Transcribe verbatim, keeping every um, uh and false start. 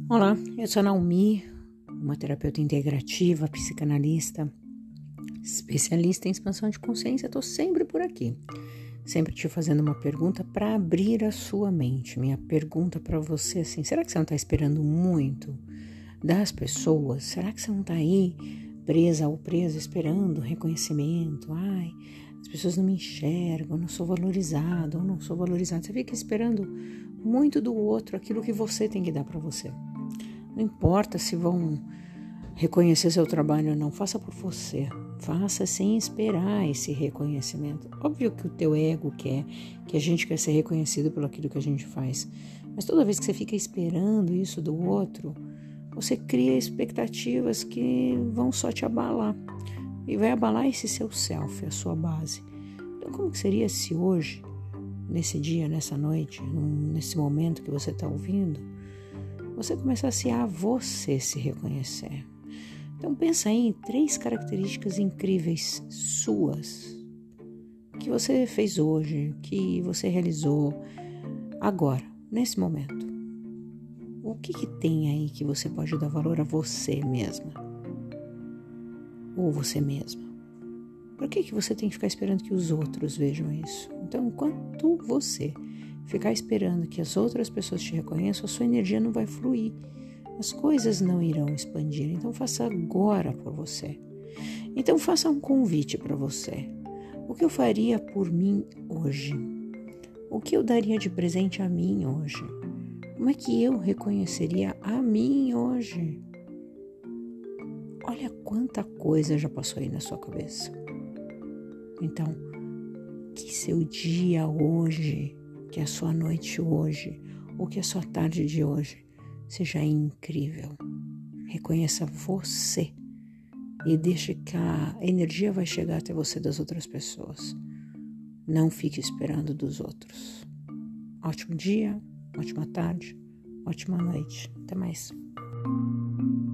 Olá, eu sou a Naomi, uma terapeuta integrativa, psicanalista, especialista em expansão de consciência. Estou sempre por aqui, sempre te fazendo uma pergunta para abrir a sua mente. Minha pergunta para você é assim: será que você não está esperando muito das pessoas? Será que você não está aí presa ou preso esperando reconhecimento? Ai, as pessoas não me enxergam, eu não sou valorizado, eu não sou valorizado. Você fica esperando muito do outro aquilo que você tem que dar para você. Não importa se vão reconhecer seu trabalho ou não, faça por você. Faça sem esperar esse reconhecimento. Óbvio que o teu ego quer, que a gente quer ser reconhecido pelo aquilo que a gente faz. Mas toda vez que você fica esperando isso do outro, você cria expectativas que vão só te abalar. E vai abalar esse seu self, a sua base. Então como que seria se hoje, nesse dia, nessa noite, nesse momento que você está ouvindo, você começasse a você se reconhecer? Então pensa aí em três características incríveis suas que você fez hoje, que você realizou agora, nesse momento. O que que tem aí que você pode dar valor a você mesma? Ou você mesma? Por que que você tem que ficar esperando que os outros vejam isso? Então, enquanto você ficar esperando que as outras pessoas te reconheçam, a sua energia não vai fluir. As coisas não irão expandir. Então, faça agora por você. Então, faça um convite para você. O que eu faria por mim hoje? O que eu daria de presente a mim hoje? Como é que eu reconheceria a mim hoje? Olha quanta coisa já passou aí na sua cabeça. Então, que seu dia hoje, que a sua noite hoje, ou que a sua tarde de hoje seja incrível. Reconheça você e deixe que a energia vai chegar até você das outras pessoas. Não fique esperando dos outros. Ótimo dia, ótima tarde, ótima noite. Até mais.